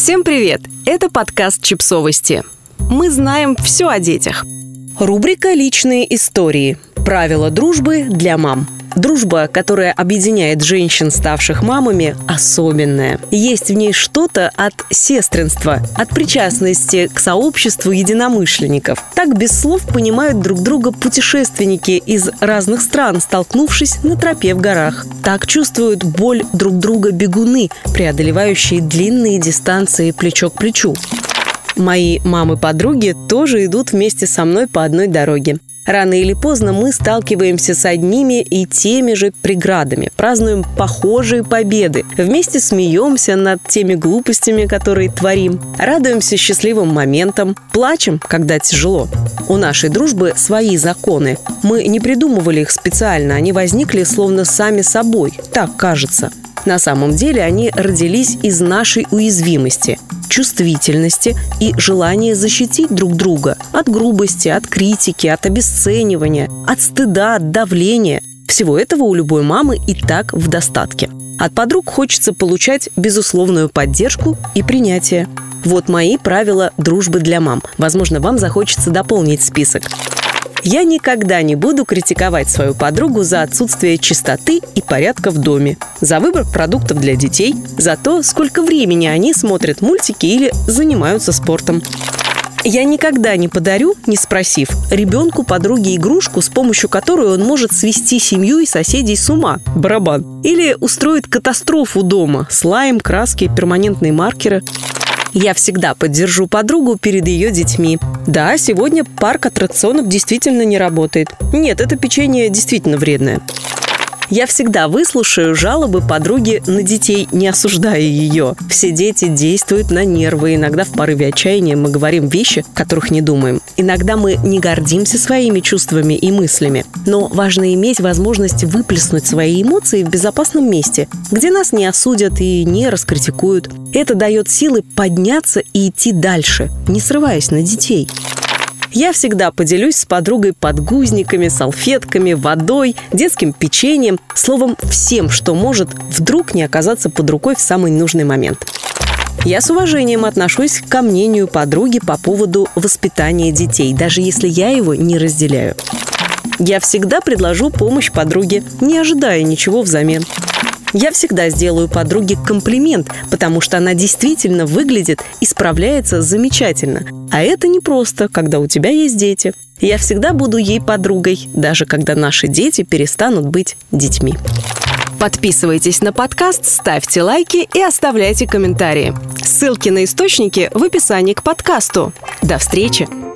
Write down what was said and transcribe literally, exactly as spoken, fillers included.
Всем привет! Это подкаст «Чипсовости». Мы знаем все о детях. Рубрика «Личные истории». Правила дружбы для мам. Дружба, которая объединяет женщин, ставших мамами, особенная. Есть в ней что-то от сестринства, от причастности к сообществу единомышленников. Так без слов понимают друг друга путешественники из разных стран, столкнувшись на тропе в горах. Так чувствуют боль друг друга бегуны, преодолевающие длинные дистанции плечо к плечу. Мои мамы-подруги тоже идут вместе со мной по одной дороге. Рано или поздно мы сталкиваемся с одними и теми же преградами, празднуем похожие победы, вместе смеемся над теми глупостями, которые творим, радуемся счастливым моментам, плачем, когда тяжело. У нашей дружбы свои законы. Мы не придумывали их специально, они возникли словно сами собой, так кажется. На самом деле они родились из нашей уязвимости, чувствительности и желания защитить друг друга от грубости, от критики, от обесценивания, от стыда, от давления. Всего этого у любой мамы и так в достатке. От подруг хочется получать безусловную поддержку и принятие. Вот мои правила дружбы для мам. Возможно, вам захочется дополнить список. Я никогда не буду критиковать свою подругу за отсутствие чистоты и порядка в доме, за выбор продуктов для детей, за то, сколько времени они смотрят мультики или занимаются спортом. Я никогда не подарю, не спросив, ребенку подруге игрушку, с помощью которой он может свести семью и соседей с ума, барабан, или устроит катастрофу дома, слайм, краски, перманентные маркеры. Я всегда поддержу подругу перед ее детьми. Да, сегодня парк аттракционов действительно не работает. Нет, это печенье действительно вредное. Я всегда выслушаю жалобы подруги на детей, не осуждая ее. Все дети действуют на нервы. Иногда в порыве отчаяния мы говорим вещи, которых не думаем. Иногда мы не гордимся своими чувствами и мыслями. Но важно иметь возможность выплеснуть свои эмоции в безопасном месте, где нас не осудят и не раскритикуют. Это дает силы подняться и идти дальше, не срываясь на детей. Я всегда поделюсь с подругой подгузниками, салфетками, водой, детским печеньем, словом, всем, что может вдруг не оказаться под рукой в самый нужный момент. Я с уважением отношусь ко мнению подруги по поводу воспитания детей, даже если я его не разделяю. Я всегда предложу помощь подруге, не ожидая ничего взамен. Я всегда сделаю подруге комплимент, потому что она действительно выглядит и справляется замечательно. А это непросто, когда у тебя есть дети. Я всегда буду ей подругой, даже когда наши дети перестанут быть детьми. Подписывайтесь на подкаст, ставьте лайки и оставляйте комментарии. Ссылки на источники в описании к подкасту. До встречи!